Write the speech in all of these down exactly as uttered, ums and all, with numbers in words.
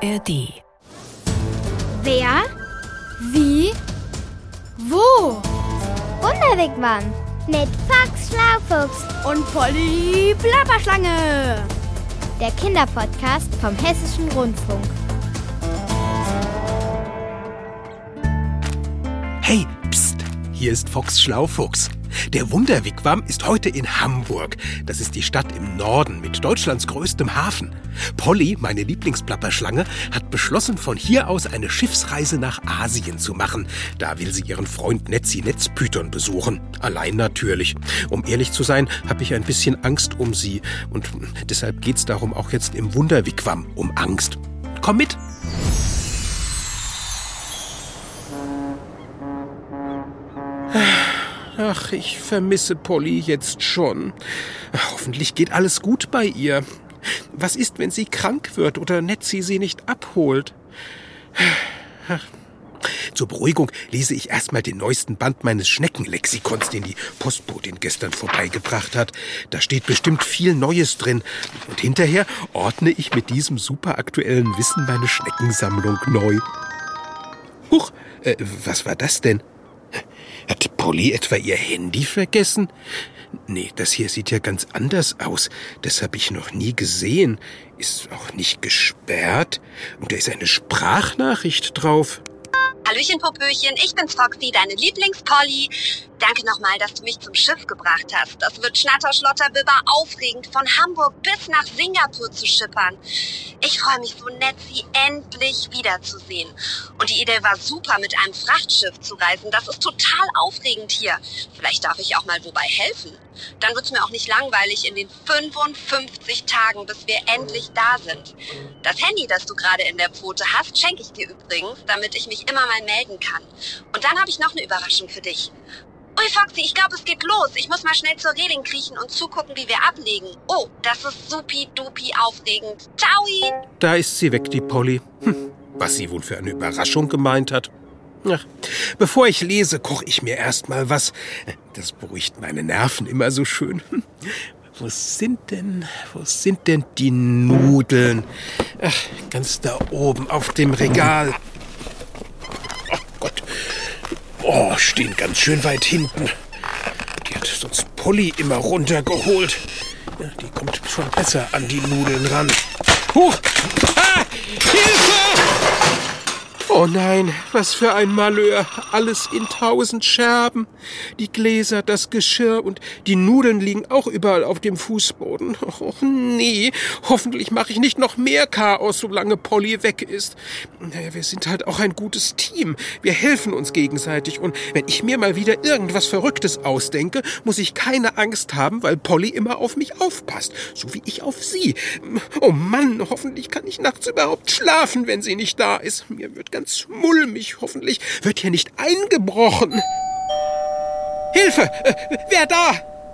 R D. Wer? Wie? Wo? Wunderwigwam mit Fox Schlaufuchs und Polly Plapperschlange. Der Kinderpodcast vom Hessischen Rundfunk. Hey, pst, hier ist Fox Schlaufuchs. Der Wunderwigwam ist heute in Hamburg. Das ist die Stadt im Norden mit Deutschlands größtem Hafen. Polly, meine Lieblingsplapperschlange, hat beschlossen, von hier aus eine Schiffsreise nach Asien zu machen. Da will sie ihren Freund Netzi Netzpython besuchen. Allein natürlich. Um ehrlich zu sein, habe ich ein bisschen Angst um sie. Und deshalb geht's darum auch jetzt im Wunderwigwam um Angst. Komm mit! Ach, ich vermisse Polly jetzt schon. Hoffentlich geht alles gut bei ihr. Was ist, wenn sie krank wird oder Netzi sie nicht abholt? Zur Beruhigung lese ich erstmal den neuesten Band meines Schneckenlexikons, den die Postbotin gestern vorbeigebracht hat. Da steht bestimmt viel Neues drin. Und hinterher ordne ich mit diesem superaktuellen Wissen meine Schneckensammlung neu. Huch, äh, was war das denn? Hat Polly etwa ihr Handy vergessen? Nee, das hier sieht ja ganz anders aus. Das habe ich noch nie gesehen. Ist auch nicht gesperrt. Und da ist eine Sprachnachricht drauf. Hallöchen, Popöchen, ich bin's Foxy, deine Lieblings-Polly. Danke nochmal, dass du mich zum Schiff gebracht hast. Das wird schnatter, schlotter, bibber aufregend, von Hamburg bis nach Singapur zu schippern. Ich freue mich so, Netzi endlich wiederzusehen. Und die Idee war super, mit einem Frachtschiff zu reisen. Das ist total aufregend hier. Vielleicht darf ich auch mal wobei helfen. Dann wird's mir auch nicht langweilig in den fünfundfünfzig Tagen, bis wir endlich da sind. Das Handy, das du gerade in der Pfote hast, schenke ich dir übrigens, damit ich mich immer mal melden kann. Und dann habe ich noch eine Überraschung für dich. Ui, Foxy, ich glaube, es geht los. Ich muss mal schnell zur Reling kriechen und zugucken, wie wir ablegen. Oh, das ist supi-dupi aufregend. Ciao! Da ist sie weg, die Polly. Hm, was sie wohl für eine Überraschung gemeint hat. Ach, bevor ich lese, koche ich mir erst mal was. Das beruhigt meine Nerven immer so schön. Hm. Wo sind denn, wo sind denn die Nudeln? Ach, ganz da oben auf dem Regal. Ach Gott. Oh, stehen ganz schön weit hinten. Die hat sonst Polly immer runtergeholt. Ja, die kommt schon besser an die Nudeln ran. Huch! Ah! Hilfe! Oh nein, was für ein Malheur. Alles in tausend Scherben. Die Gläser, das Geschirr und die Nudeln liegen auch überall auf dem Fußboden. Oh nee, hoffentlich mache ich nicht noch mehr Chaos, solange Polly weg ist. Naja, wir sind halt auch ein gutes Team. Wir helfen uns gegenseitig. Und wenn ich mir mal wieder irgendwas Verrücktes ausdenke, muss ich keine Angst haben, weil Polly immer auf mich aufpasst. So wie ich auf sie. Oh Mann, hoffentlich kann ich nachts überhaupt schlafen, wenn sie nicht da ist. Mir wird ganz mulmig. Hoffentlich wird hier nicht eingebrochen. Hilfe! Äh, wer da?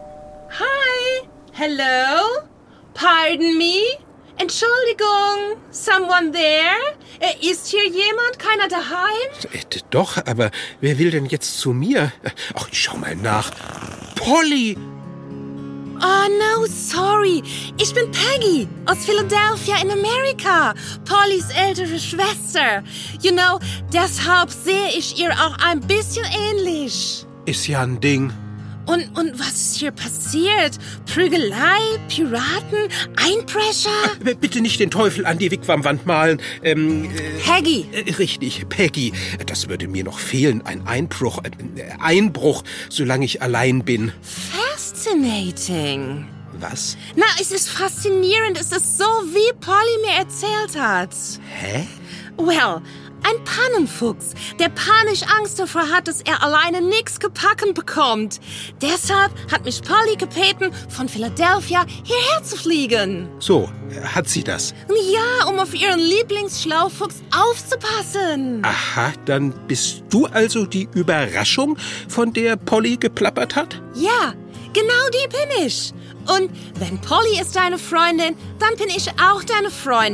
Hi! Hello? Pardon me? Entschuldigung, someone there? Äh, ist hier jemand? Keiner daheim? Äh, doch, aber wer will denn jetzt zu mir? Ach, ich schau mal nach. Polly! Oh, no, sorry. Ich bin Peggy aus Philadelphia in Amerika. Pollys ältere Schwester. You know, deshalb sehe ich ihr auch ein bisschen ähnlich. Ist ja ein Ding. Und, und was ist hier passiert? Prügelei, Piraten, Einbrecher? Ach, bitte nicht den Teufel an die Wigwamwand malen. Ähm, äh, Peggy. Äh, richtig, Peggy. Das würde mir noch fehlen. Ein Einbruch, äh, Einbruch, solange ich allein bin. Fascinating. Was? Na, es ist faszinierend. Es ist so, wie Polly mir erzählt hat. Hä? Well, ein Pannenfuchs, der panisch Angst davor hat, dass er alleine nichts gebacken bekommt. Deshalb hat mich Polly gebeten, von Philadelphia hierher zu fliegen. So, hat sie das? Ja, um auf ihren Lieblingsschlaufuchs aufzupassen. Aha, dann bist du also die Überraschung, von der Polly geplappert hat? Ja, genau die bin ich. Und wenn Polly ist deine Freundin, dann bin ich auch deine Freundin.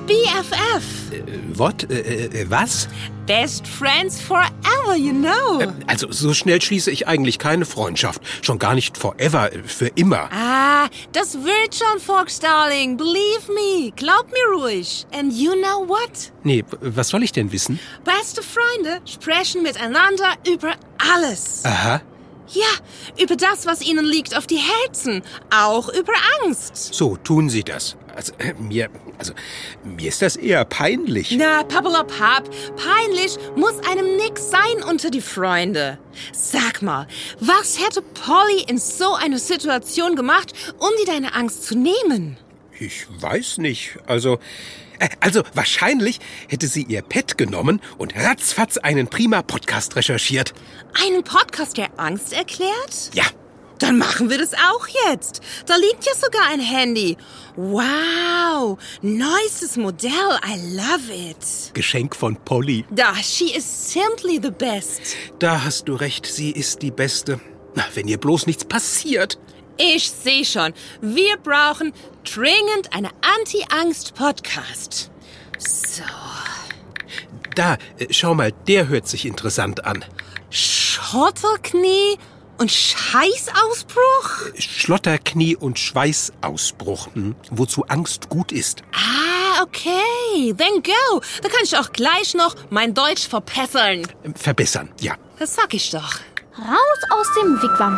B F F. Äh, what? Äh, äh, was? Best friends forever, you know. Äh, also so schnell schließe ich eigentlich keine Freundschaft. Schon gar nicht forever, äh, für immer. Ah, das wird schon, Fox, Darling. Believe me. Glaub mir ruhig. And you know what? Nee, was soll ich denn wissen? Beste Freunde sprechen miteinander über alles. Aha. Ja, über das, was ihnen liegt auf die Herzen. Auch über Angst. So tun sie das. Also äh, mir, also mir ist das eher peinlich. Na, Pappelapapp, peinlich muss einem nix sein unter die Freunde. Sag mal, was hätte Polly in so einer Situation gemacht, um dir deine Angst zu nehmen? Ich weiß nicht. Also, äh, also wahrscheinlich hätte sie ihr Pad genommen und ratzfatz einen prima Podcast recherchiert. Einen Podcast, der Angst erklärt? Ja. Dann machen wir das auch jetzt. Da liegt ja sogar ein Handy. Wow, neuestes Modell. I love it. Geschenk von Polly. Da, she is simply the best. Da hast du recht, sie ist die Beste. Na, wenn ihr bloß nichts passiert. Ich sehe schon, wir brauchen dringend eine Anti-Angst-Podcast. So. Da, äh, schau mal, der hört sich interessant an. Schotterknie und Scheißausbruch? Schlotterknie und Schweißausbruch, hm, wozu Angst gut ist. Ah, okay. Then go. Da kann ich auch gleich noch mein Deutsch verbessern. Verbessern, ja. Das sag ich doch. Raus aus dem Wigwam.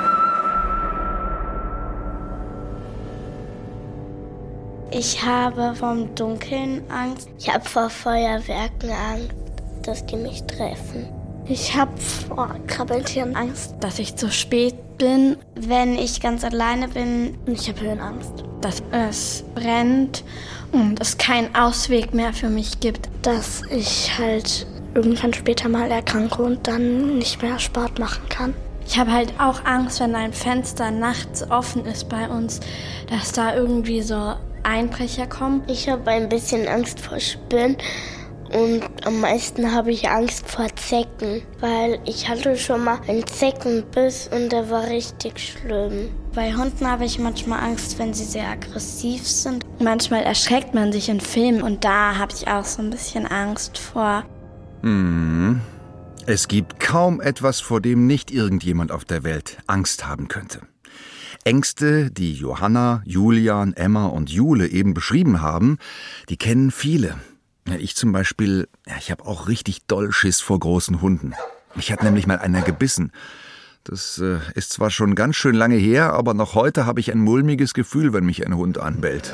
Ich habe vom Dunkeln Angst. Ich habe vor Feuerwerken Angst, dass die mich treffen. Ich habe vor Krabbeltieren Angst, dass ich zu spät bin. Wenn ich ganz alleine bin, ich habe Höhenangst. Dass es brennt und es keinen Ausweg mehr für mich gibt. Dass ich halt irgendwann später mal erkranke und dann nicht mehr Sport machen kann. Ich habe halt auch Angst, wenn ein Fenster nachts offen ist bei uns, dass da irgendwie so Einbrecher kommen. Ich habe ein bisschen Angst vor Spinnen. Und am meisten habe ich Angst vor Zecken, weil ich hatte schon mal einen Zeckenbiss und der war richtig schlimm. Bei Hunden habe ich manchmal Angst, wenn sie sehr aggressiv sind. Manchmal erschreckt man sich in Filmen und da habe ich auch so ein bisschen Angst vor. Hm. Es gibt kaum etwas, vor dem nicht irgendjemand auf der Welt Angst haben könnte. Ängste, die Johanna, Julian, Emma und Jule eben beschrieben haben, die kennen viele. Ja, ich zum Beispiel, ja, ich habe auch richtig doll Schiss vor großen Hunden. Mich hat nämlich mal einer gebissen. Das äh, ist zwar schon ganz schön lange her, aber noch heute habe ich ein mulmiges Gefühl, wenn mich ein Hund anbellt.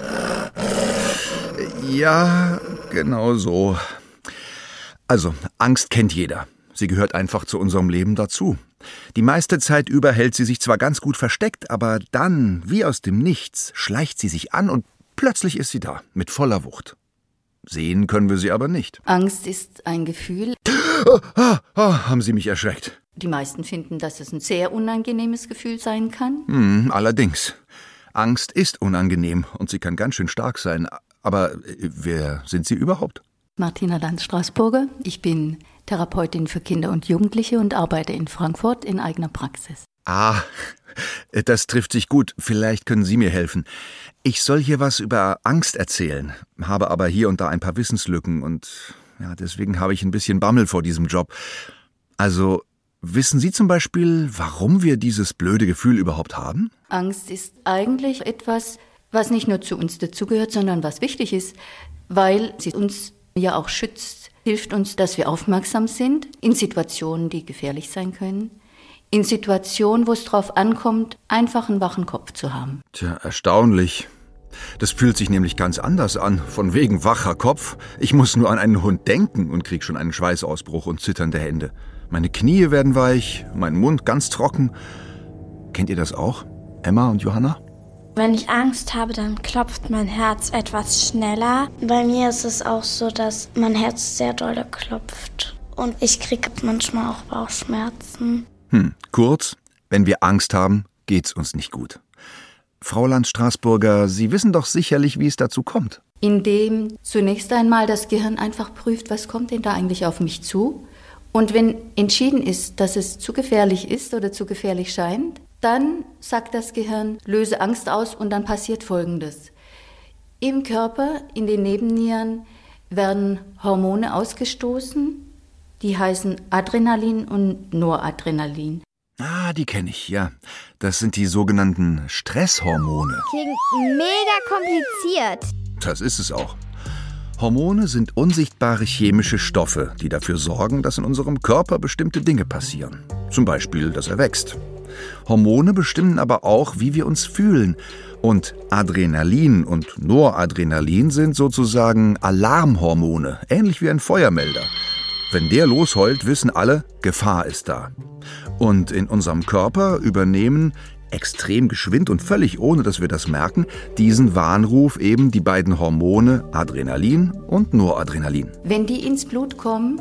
Ja, genau so. Also, Angst kennt jeder. Sie gehört einfach zu unserem Leben dazu. Die meiste Zeit über hält sie sich zwar ganz gut versteckt, aber dann, wie aus dem Nichts, schleicht sie sich an und plötzlich ist sie da, mit voller Wucht. Sehen können wir sie aber nicht. Angst ist ein Gefühl. Oh, oh, oh, haben Sie mich erschreckt. Die meisten finden, dass es ein sehr unangenehmes Gefühl sein kann. Hm, allerdings. Angst ist unangenehm und sie kann ganz schön stark sein. Aber äh, wer sind Sie überhaupt? Martina Lanz-Straßburger. Ich bin Therapeutin für Kinder und Jugendliche und arbeite in Frankfurt in eigener Praxis. Ah, das trifft sich gut. Vielleicht können Sie mir helfen. Ich soll hier was über Angst erzählen, habe aber hier und da ein paar Wissenslücken und ja, deswegen habe ich ein bisschen Bammel vor diesem Job. Also, wissen Sie zum Beispiel, warum wir dieses blöde Gefühl überhaupt haben? Angst ist eigentlich etwas, was nicht nur zu uns dazugehört, sondern was wichtig ist, weil sie uns ja auch schützt, hilft uns, dass wir aufmerksam sind in Situationen, die gefährlich sein können. In Situationen, wo es drauf ankommt, einfach einen wachen Kopf zu haben. Tja, erstaunlich. Das fühlt sich nämlich ganz anders an, von wegen wacher Kopf. Ich muss nur an einen Hund denken und krieg schon einen Schweißausbruch und zitternde Hände. Meine Knie werden weich, mein Mund ganz trocken. Kennt ihr das auch, Emma und Johanna? Wenn ich Angst habe, dann klopft mein Herz etwas schneller. Bei mir ist es auch so, dass mein Herz sehr doll klopft. Und ich kriege manchmal auch Bauchschmerzen. Hm, kurz, wenn wir Angst haben, geht's uns nicht gut. Frau Lanz-Straßburger, Sie wissen doch sicherlich, wie es dazu kommt. Indem zunächst einmal das Gehirn einfach prüft, was kommt denn da eigentlich auf mich zu? Und wenn entschieden ist, dass es zu gefährlich ist oder zu gefährlich scheint, dann sagt das Gehirn, löse Angst aus und dann passiert Folgendes. Im Körper, in den Nebennieren, werden Hormone ausgestoßen, die heißen Adrenalin und Noradrenalin. Ah, die kenne ich, ja. Das sind die sogenannten Stresshormone. Klingt mega kompliziert. Das ist es auch. Hormone sind unsichtbare chemische Stoffe, die dafür sorgen, dass in unserem Körper bestimmte Dinge passieren. Zum Beispiel, dass er wächst. Hormone bestimmen aber auch, wie wir uns fühlen. Und Adrenalin und Noradrenalin sind sozusagen Alarmhormone, ähnlich wie ein Feuermelder. Wenn der losheult, wissen alle, Gefahr ist da. Und in unserem Körper übernehmen, extrem geschwind und völlig ohne, dass wir das merken, diesen Warnruf eben die beiden Hormone Adrenalin und Noradrenalin. Wenn die ins Blut kommen,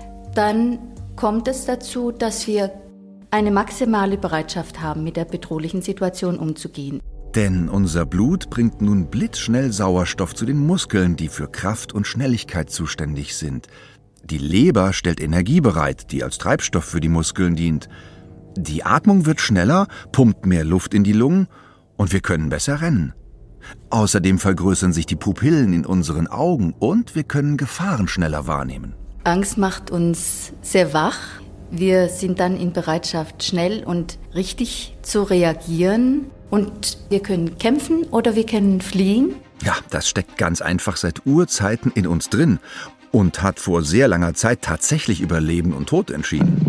dann kommt es dazu, dass wir eine maximale Bereitschaft haben, mit der bedrohlichen Situation umzugehen. Denn unser Blut bringt nun blitzschnell Sauerstoff zu den Muskeln, die für Kraft und Schnelligkeit zuständig sind. Die Leber stellt Energie bereit, die als Treibstoff für die Muskeln dient. Die Atmung wird schneller, pumpt mehr Luft in die Lungen und wir können besser rennen. Außerdem vergrößern sich die Pupillen in unseren Augen und wir können Gefahren schneller wahrnehmen. Angst macht uns sehr wach. Wir sind dann in Bereitschaft, schnell und richtig zu reagieren. Und wir können kämpfen oder wir können fliehen. Ja, das steckt ganz einfach seit Urzeiten in uns drin und hat vor sehr langer Zeit tatsächlich über Leben und Tod entschieden.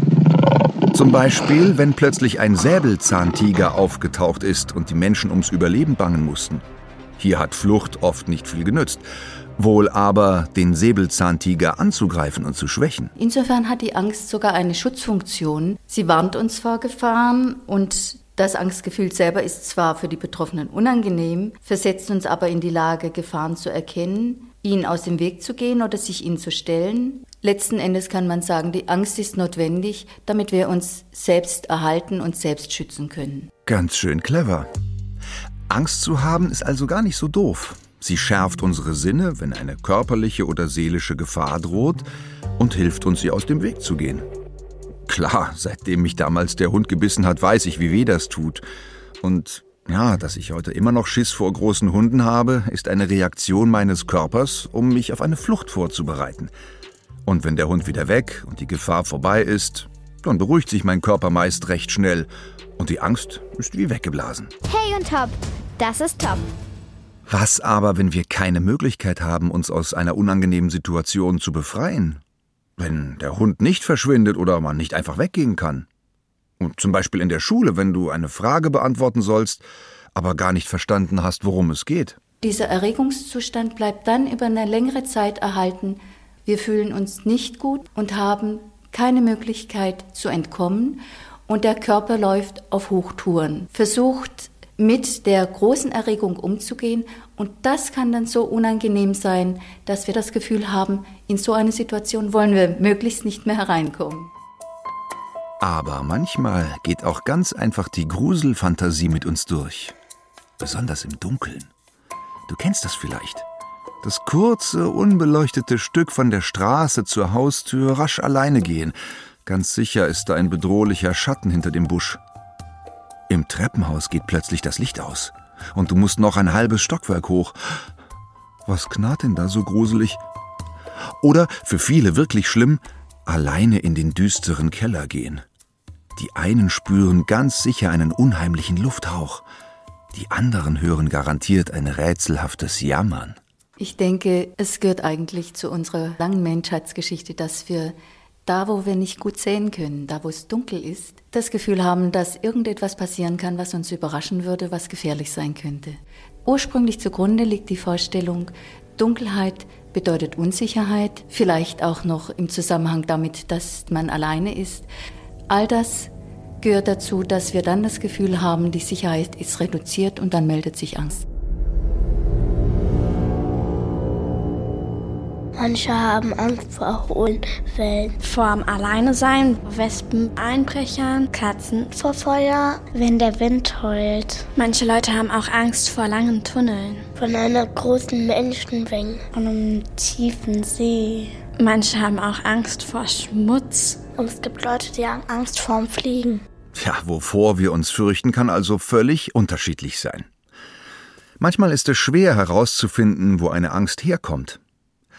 Zum Beispiel, wenn plötzlich ein Säbelzahntiger aufgetaucht ist und die Menschen ums Überleben bangen mussten. Hier hat Flucht oft nicht viel genützt, wohl aber den Säbelzahntiger anzugreifen und zu schwächen. Insofern hat die Angst sogar eine Schutzfunktion. Sie warnt uns vor Gefahren und das Angstgefühl selber ist zwar für die Betroffenen unangenehm, versetzt uns aber in die Lage, Gefahren zu erkennen, ihnen aus dem Weg zu gehen oder sich ihnen zu stellen. Letzten Endes kann man sagen, die Angst ist notwendig, damit wir uns selbst erhalten und selbst schützen können. Ganz schön clever. Angst zu haben ist also gar nicht so doof. Sie schärft unsere Sinne, wenn eine körperliche oder seelische Gefahr droht und hilft uns, ihr aus dem Weg zu gehen. Klar, seitdem mich damals der Hund gebissen hat, weiß ich, wie weh das tut. Und ja, dass ich heute immer noch Schiss vor großen Hunden habe, ist eine Reaktion meines Körpers, um mich auf eine Flucht vorzubereiten. Und wenn der Hund wieder weg und die Gefahr vorbei ist, dann beruhigt sich mein Körper meist recht schnell und die Angst ist wie weggeblasen. Hey und Top, das ist Top. Was aber, wenn wir keine Möglichkeit haben, uns aus einer unangenehmen Situation zu befreien? Wenn der Hund nicht verschwindet oder man nicht einfach weggehen kann? Und zum Beispiel in der Schule, wenn du eine Frage beantworten sollst, aber gar nicht verstanden hast, worum es geht. Dieser Erregungszustand bleibt dann über eine längere Zeit erhalten. Wir fühlen uns nicht gut und haben keine Möglichkeit zu entkommen. Und der Körper läuft auf Hochtouren, versucht mit der großen Erregung umzugehen. Und das kann dann so unangenehm sein, dass wir das Gefühl haben, in so eine Situation wollen wir möglichst nicht mehr hereinkommen. Aber manchmal geht auch ganz einfach die Gruselfantasie mit uns durch. Besonders im Dunkeln. Du kennst das vielleicht. Das kurze, unbeleuchtete Stück von der Straße zur Haustür rasch alleine gehen. Ganz sicher ist da ein bedrohlicher Schatten hinter dem Busch. Im Treppenhaus geht plötzlich das Licht aus. Und du musst noch ein halbes Stockwerk hoch. Was knarrt denn da so gruselig? Oder, für viele wirklich schlimm, alleine in den düsteren Keller gehen. Die einen spüren ganz sicher einen unheimlichen Lufthauch. Die anderen hören garantiert ein rätselhaftes Jammern. Ich denke, es gehört eigentlich zu unserer langen Menschheitsgeschichte, dass wir da, wo wir nicht gut sehen können, da, wo es dunkel ist, das Gefühl haben, dass irgendetwas passieren kann, was uns überraschen würde, was gefährlich sein könnte. Ursprünglich zugrunde liegt die Vorstellung, Dunkelheit bedeutet Unsicherheit, vielleicht auch noch im Zusammenhang damit, dass man alleine ist. All das gehört dazu, dass wir dann das Gefühl haben, die Sicherheit ist reduziert und dann meldet sich Angst. Manche haben Angst vor hohen Wellen, vor dem Alleinesein, Wespen, Einbrechern, Katzen, vor Feuer, wenn der Wind heult. Manche Leute haben auch Angst vor langen Tunneln, von einer großen Menschenmenge, von einem tiefen See. Manche haben auch Angst vor Schmutz. Und es gibt Leute, die haben Angst vorm Fliegen. Ja, wovor wir uns fürchten, kann also völlig unterschiedlich sein. Manchmal ist es schwer herauszufinden, wo eine Angst herkommt.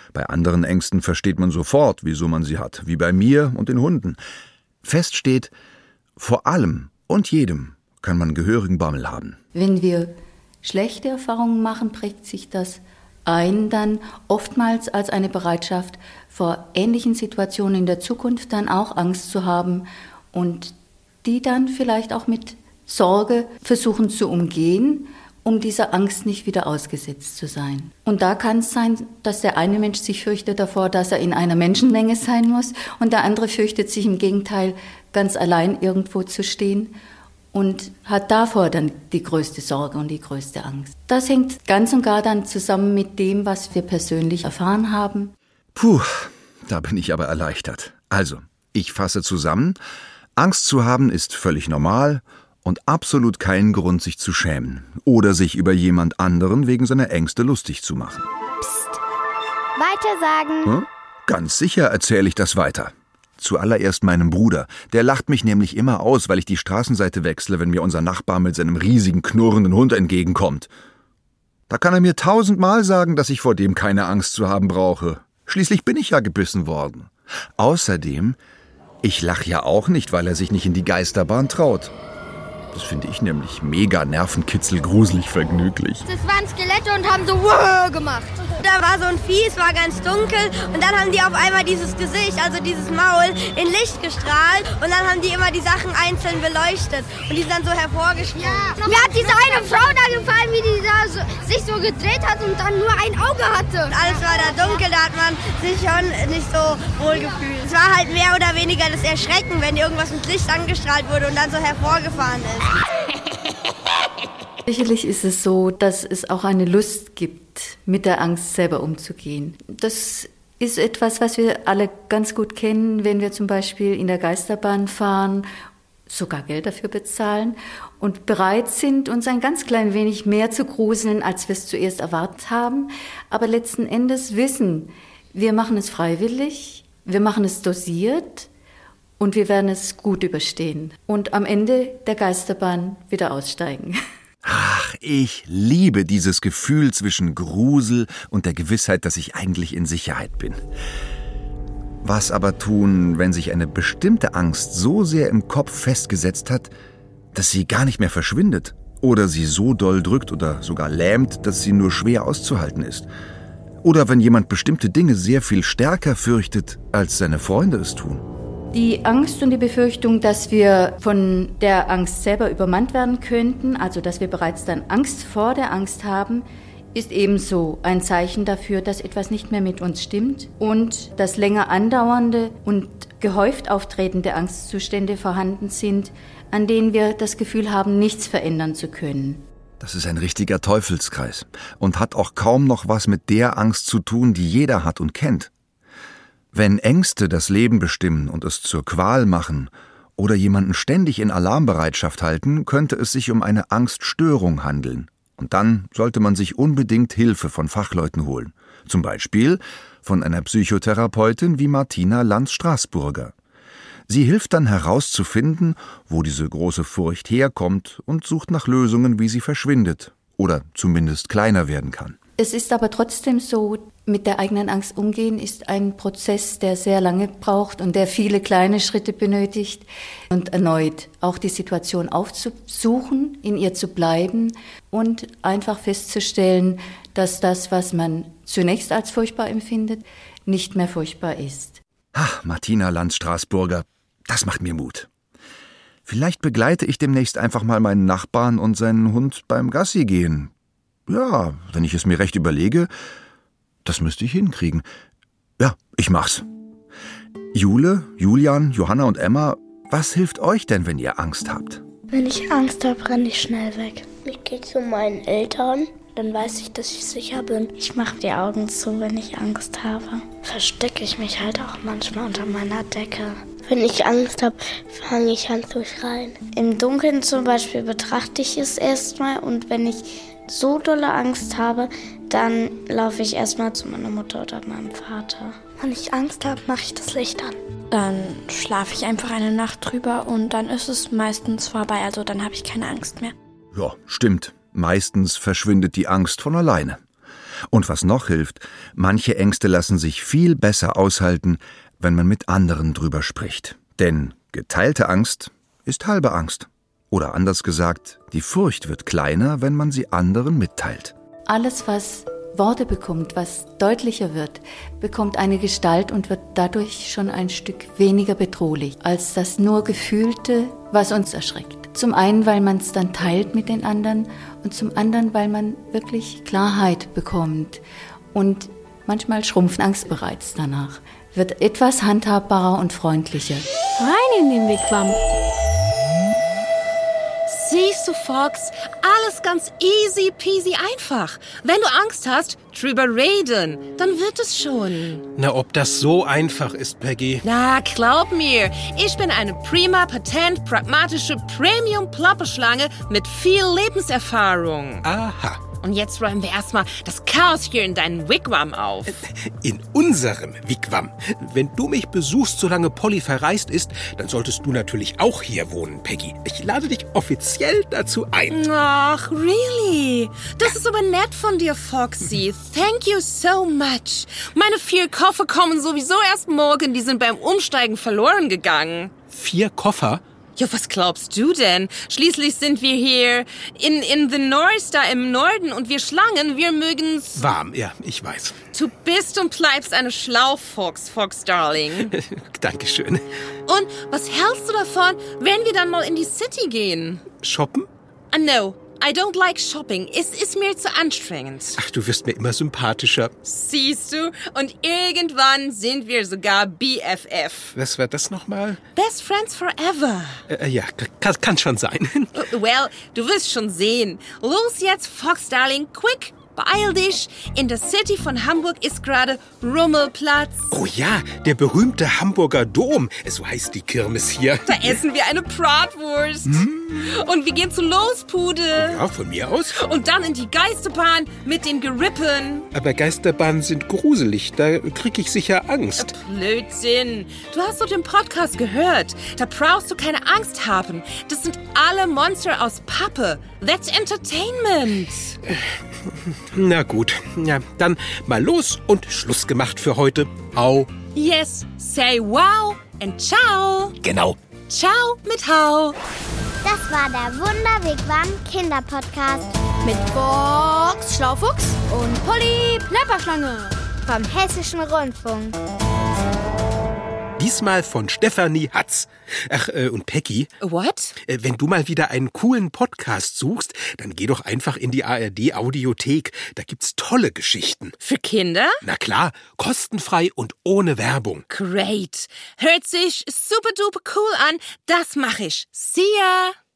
Bei anderen Ängsten versteht man sofort, wieso man sie hat, wie bei mir und den Hunden. Fest steht, vor allem und jedem kann man gehörigen Bammel haben. Wenn wir schlechte Erfahrungen machen, prägt sich das ein dann oftmals als eine Bereitschaft, vor ähnlichen Situationen in der Zukunft dann auch Angst zu haben und die dann vielleicht auch mit Sorge versuchen zu umgehen, um dieser Angst nicht wieder ausgesetzt zu sein. Und da kann es sein, dass der eine Mensch sich fürchtet davor, dass er in einer Menschenmenge sein muss und der andere fürchtet sich im Gegenteil, ganz allein irgendwo zu stehen und hat davor dann die größte Sorge und die größte Angst. Das hängt ganz und gar dann zusammen mit dem, was wir persönlich erfahren haben. Puh, da bin ich aber erleichtert. Also, ich fasse zusammen. Angst zu haben ist völlig normal und absolut kein Grund, sich zu schämen oder sich über jemand anderen wegen seiner Ängste lustig zu machen. Psst. Weiter sagen. Hm? Ganz sicher erzähle ich das weiter. Zuallererst meinem Bruder. Der lacht mich nämlich immer aus, weil ich die Straßenseite wechsle, wenn mir unser Nachbar mit seinem riesigen, knurrenden Hund entgegenkommt. Da kann er mir tausendmal sagen, dass ich vor dem keine Angst zu haben brauche. Schließlich bin ich ja gebissen worden. Außerdem, ich lache ja auch nicht, weil er sich nicht in die Geisterbahn traut. Das finde ich nämlich mega Nervenkitzel, gruselig, vergnüglich. Das waren Skelette und haben so Wuh gemacht. Da war so ein Vieh, es war ganz dunkel und dann haben die auf einmal dieses Gesicht, also dieses Maul, in Licht gestrahlt und dann haben die immer die Sachen einzeln beleuchtet und die sind dann so hervorgesprungen. Ja. Mir hat diese eine Frau da gefallen, wie die da so, sich so gedreht hat und dann nur ein Auge hatte. Und alles war da dunkel, da hat man sich schon nicht so wohl gefühlt. Es war halt mehr oder weniger das Erschrecken, wenn irgendwas mit Licht angestrahlt wurde und dann so hervorgefahren ist. Sicherlich ist es so, dass es auch eine Lust gibt, mit der Angst selber umzugehen. Das ist etwas, was wir alle ganz gut kennen, wenn wir zum Beispiel in der Geisterbahn fahren, sogar Geld dafür bezahlen und bereit sind, uns ein ganz klein wenig mehr zu gruseln, als wir es zuerst erwartet haben. Aber letzten Endes wissen, wir machen es freiwillig, wir machen es dosiert, und wir werden es gut überstehen und am Ende der Geisterbahn wieder aussteigen. Ach, ich liebe dieses Gefühl zwischen Grusel und der Gewissheit, dass ich eigentlich in Sicherheit bin. Was aber tun, wenn sich eine bestimmte Angst so sehr im Kopf festgesetzt hat, dass sie gar nicht mehr verschwindet oder sie so doll drückt oder sogar lähmt, dass sie nur schwer auszuhalten ist? Oder wenn jemand bestimmte Dinge sehr viel stärker fürchtet, als seine Freunde es tun? Die Angst und die Befürchtung, dass wir von der Angst selber übermannt werden könnten, also dass wir bereits dann Angst vor der Angst haben, ist ebenso ein Zeichen dafür, dass etwas nicht mehr mit uns stimmt und dass länger andauernde und gehäuft auftretende Angstzustände vorhanden sind, an denen wir das Gefühl haben, nichts verändern zu können. Das ist ein richtiger Teufelskreis und hat auch kaum noch was mit der Angst zu tun, die jeder hat und kennt. Wenn Ängste das Leben bestimmen und es zur Qual machen oder jemanden ständig in Alarmbereitschaft halten, könnte es sich um eine Angststörung handeln. Und dann sollte man sich unbedingt Hilfe von Fachleuten holen. Zum Beispiel von einer Psychotherapeutin wie Martina Lanz-Straßburger. Sie hilft dann herauszufinden, wo diese große Furcht herkommt und sucht nach Lösungen, wie sie verschwindet oder zumindest kleiner werden kann. Es ist aber trotzdem so, mit der eigenen Angst umgehen ist ein Prozess, der sehr lange braucht und der viele kleine Schritte benötigt. Und erneut auch die Situation aufzusuchen, in ihr zu bleiben und einfach festzustellen, dass das, was man zunächst als furchtbar empfindet, nicht mehr furchtbar ist. Ach, Martina Lanz-Straßburger, das macht mir Mut. Vielleicht begleite ich demnächst einfach mal meinen Nachbarn und seinen Hund beim Gassi gehen. Ja, wenn ich es mir recht überlege, das müsste ich hinkriegen. Ja, ich mach's. Jule, Julian, Johanna und Emma, was hilft euch denn, wenn ihr Angst habt? Wenn ich Angst habe, renne ich schnell weg. Ich gehe zu meinen Eltern, dann weiß ich, dass ich sicher bin. Ich mache die Augen zu, wenn ich Angst habe. Verstecke ich mich halt auch manchmal unter meiner Decke. Wenn ich Angst habe, fange ich an zu schreien. Im Dunkeln zum Beispiel betrachte ich es erstmal und wenn ich so dolle Angst habe, dann laufe ich erstmal zu meiner Mutter oder meinem Vater. Wenn ich Angst habe, mache ich das Licht an. Dann schlafe ich einfach eine Nacht drüber und dann ist es meistens vorbei, also dann habe ich keine Angst mehr. Ja, stimmt. Meistens verschwindet die Angst von alleine. Und was noch hilft, manche Ängste lassen sich viel besser aushalten, wenn man mit anderen drüber spricht. Denn geteilte Angst ist halbe Angst. Oder anders gesagt, die Furcht wird kleiner, wenn man sie anderen mitteilt. Alles, was Worte bekommt, was deutlicher wird, bekommt eine Gestalt und wird dadurch schon ein Stück weniger bedrohlich als das nur Gefühlte, was uns erschreckt. Zum einen, weil man es dann teilt mit den anderen und zum anderen, weil man wirklich Klarheit bekommt. Und manchmal schrumpft Angst bereits danach, wird etwas handhabbarer und freundlicher. Rein in den Wigwam. Siehst du, Fox, alles ganz easy peasy einfach. Wenn du Angst hast, drüber reden, dann wird es schon. Na, ob das so einfach ist, Peggy? Na, glaub mir, ich bin eine prima, patent, pragmatische Premium-Plapperschlange mit viel Lebenserfahrung. Aha. Und jetzt räumen wir erstmal das Chaos hier in deinem Wigwam auf. In unserem Wigwam. Wenn du mich besuchst, solange Polly verreist ist, dann solltest du natürlich auch hier wohnen, Peggy. Ich lade dich offiziell dazu ein. Ach, really? Das ist aber nett von dir, Foxy. Thank you so much. Meine vier Koffer kommen sowieso erst morgen. Die sind beim Umsteigen verloren gegangen. Vier Koffer? Ja, was glaubst du denn? Schließlich sind wir hier in, in the North, da im Norden, und wir Schlangen, wir mögen's... Warm, ja, ich weiß. Du bist und bleibst eine Schlaufox, Fox Darling. Dankeschön. Und was hältst du davon, wenn wir dann mal in die City gehen? Shoppen? Uh, no, I don't like shopping. Es ist mir zu anstrengend. Ach, du wirst mir immer sympathischer. Siehst du? Und irgendwann sind wir sogar B F F. Was war das nochmal? Best Friends Forever. Äh, ja, kann, kann schon sein. Well, du wirst schon sehen. Los jetzt, Fox Darling, quick! Beeil dich, in der City von Hamburg ist gerade Rummelplatz. Oh ja, der berühmte Hamburger Dom. So heißt die Kirmes hier. Da essen wir eine Bratwurst. Mm. Und wir gehen zu Lospude. Ja, von mir aus. Und dann in die Geisterbahn mit den Gerippen. Aber Geisterbahnen sind gruselig, da krieg ich sicher Angst. Blödsinn. Du hast doch den Podcast gehört. Da brauchst du keine Angst haben. Das sind alle Monster aus Pappe. That's entertainment. Na gut, ja, dann mal los und Schluss gemacht für heute. Au. Yes, say wow and ciao. Genau. Ciao mit Hau. Das war der Wunder-Wigwam Kinderpodcast mit Fox Schlaufuchs und Polly Plapperschlange vom Hessischen Rundfunk. Diesmal von Stefanie Hatz. Ach, äh, und Peggy. What? Äh, wenn du mal wieder einen coolen Podcast suchst, dann geh doch einfach in die A R D-Audiothek. Da gibt's tolle Geschichten. Für Kinder? Na klar, kostenfrei und ohne Werbung. Great. Hört sich super duper cool an. Das mache ich. See ya.